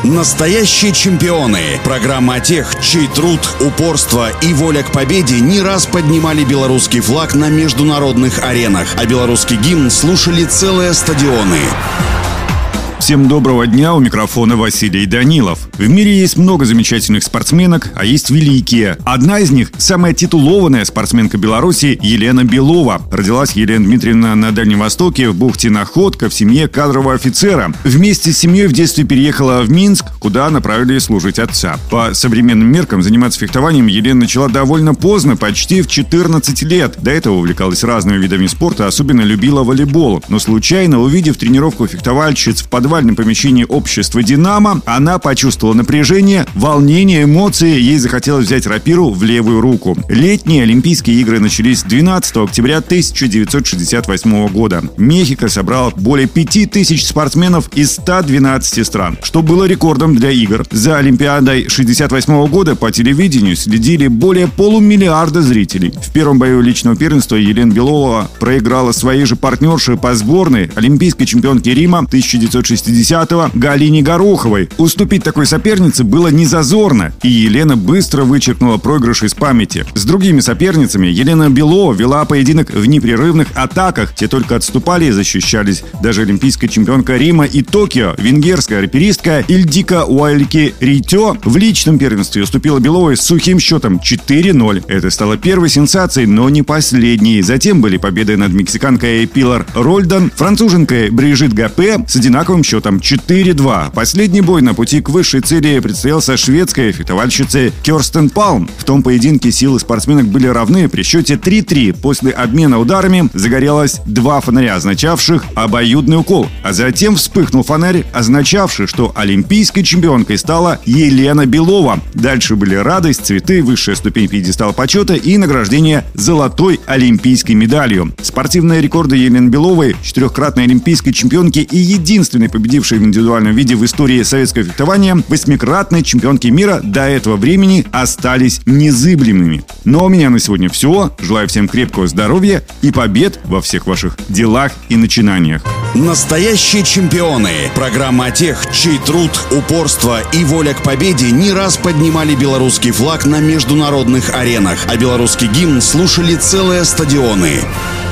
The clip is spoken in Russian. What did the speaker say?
Настоящие чемпионы. Программа о тех, чей труд, упорство и воля к победе не раз поднимали белорусский флаг на международных аренах, а белорусский гимн слушали целые стадионы. Всем доброго дня, у микрофона Василий Данилов. В мире есть много замечательных спортсменок, а есть великие. Одна из них – самая титулованная спортсменка Беларуси Елена Белова. Родилась Елена Дмитриевна на Дальнем Востоке, в бухте Находка, в семье кадрового офицера. Вместе с семьей в детстве переехала в Минск, куда направили служить отца. По современным меркам заниматься фехтованием Елена начала довольно поздно, почти в 14 лет. До этого увлекалась разными видами спорта, особенно любила волейбол. Но случайно, увидев тренировку фехтовальщиц в подвальном помещении общества «Динамо», она почувствовала напряжение, волнение, эмоции. Ей захотелось взять рапиру в левую руку. Летние Олимпийские игры начались 12 октября 1968 года. Мехико собрал более 5000 спортсменов из 112 стран, что было рекордом для игр. За Олимпиадой 1968 года по телевидению следили более полумиллиарда зрителей. В первом бою личного первенства Елена Белова проиграла своей же партнерше по сборной, олимпийской чемпионке Рима 1960-го Галине Гороховой. Уступить такой сопернице было незазорно, и Елена быстро вычеркнула проигрыш из памяти. С другими соперницами Елена Белова вела поединок в непрерывных атаках. Те только отступали и защищались. Даже олимпийская чемпионка Рима и Токио, венгерская раперистка Ильдика Уайльки-Ритё в личном первенстве уступила Беловой с сухим счетом 4-0. Это стало первой сенсацией, но не последней. Затем были победы над мексиканкой Пилар Рольдан, француженкой Брижит Гапе с одинаковым счетом 4-2. Последний бой на пути к высшей цели предстоял со шведской фехтовальщицей Кёрстен Палм. В том поединке силы спортсменок были равны при счете 3-3. После обмена ударами загорелось 2 фонаря, означавших обоюдный укол. А затем вспыхнул фонарь, означавший, что олимпийской чемпионкой стала Елена Белова. Дальше были радость, цветы, высшая ступень пьедестала почета и награждение золотой олимпийской медалью. Спортивные рекорды Елены Беловой, 4-кратной олимпийской чемпионки и единственной победившей в индивидуальном виде в истории советского фехтования 8-кратной чемпионки мира, до этого времени остались незыблемыми. Ну а у меня на сегодня все. Желаю всем крепкого здоровья и побед во всех ваших делах и начинаниях. Настоящие чемпионы. Программа о тех, чей труд, упорство и воля к победе не раз поднимали белорусский флаг на международных аренах, а белорусский гимн слушали целые стадионы.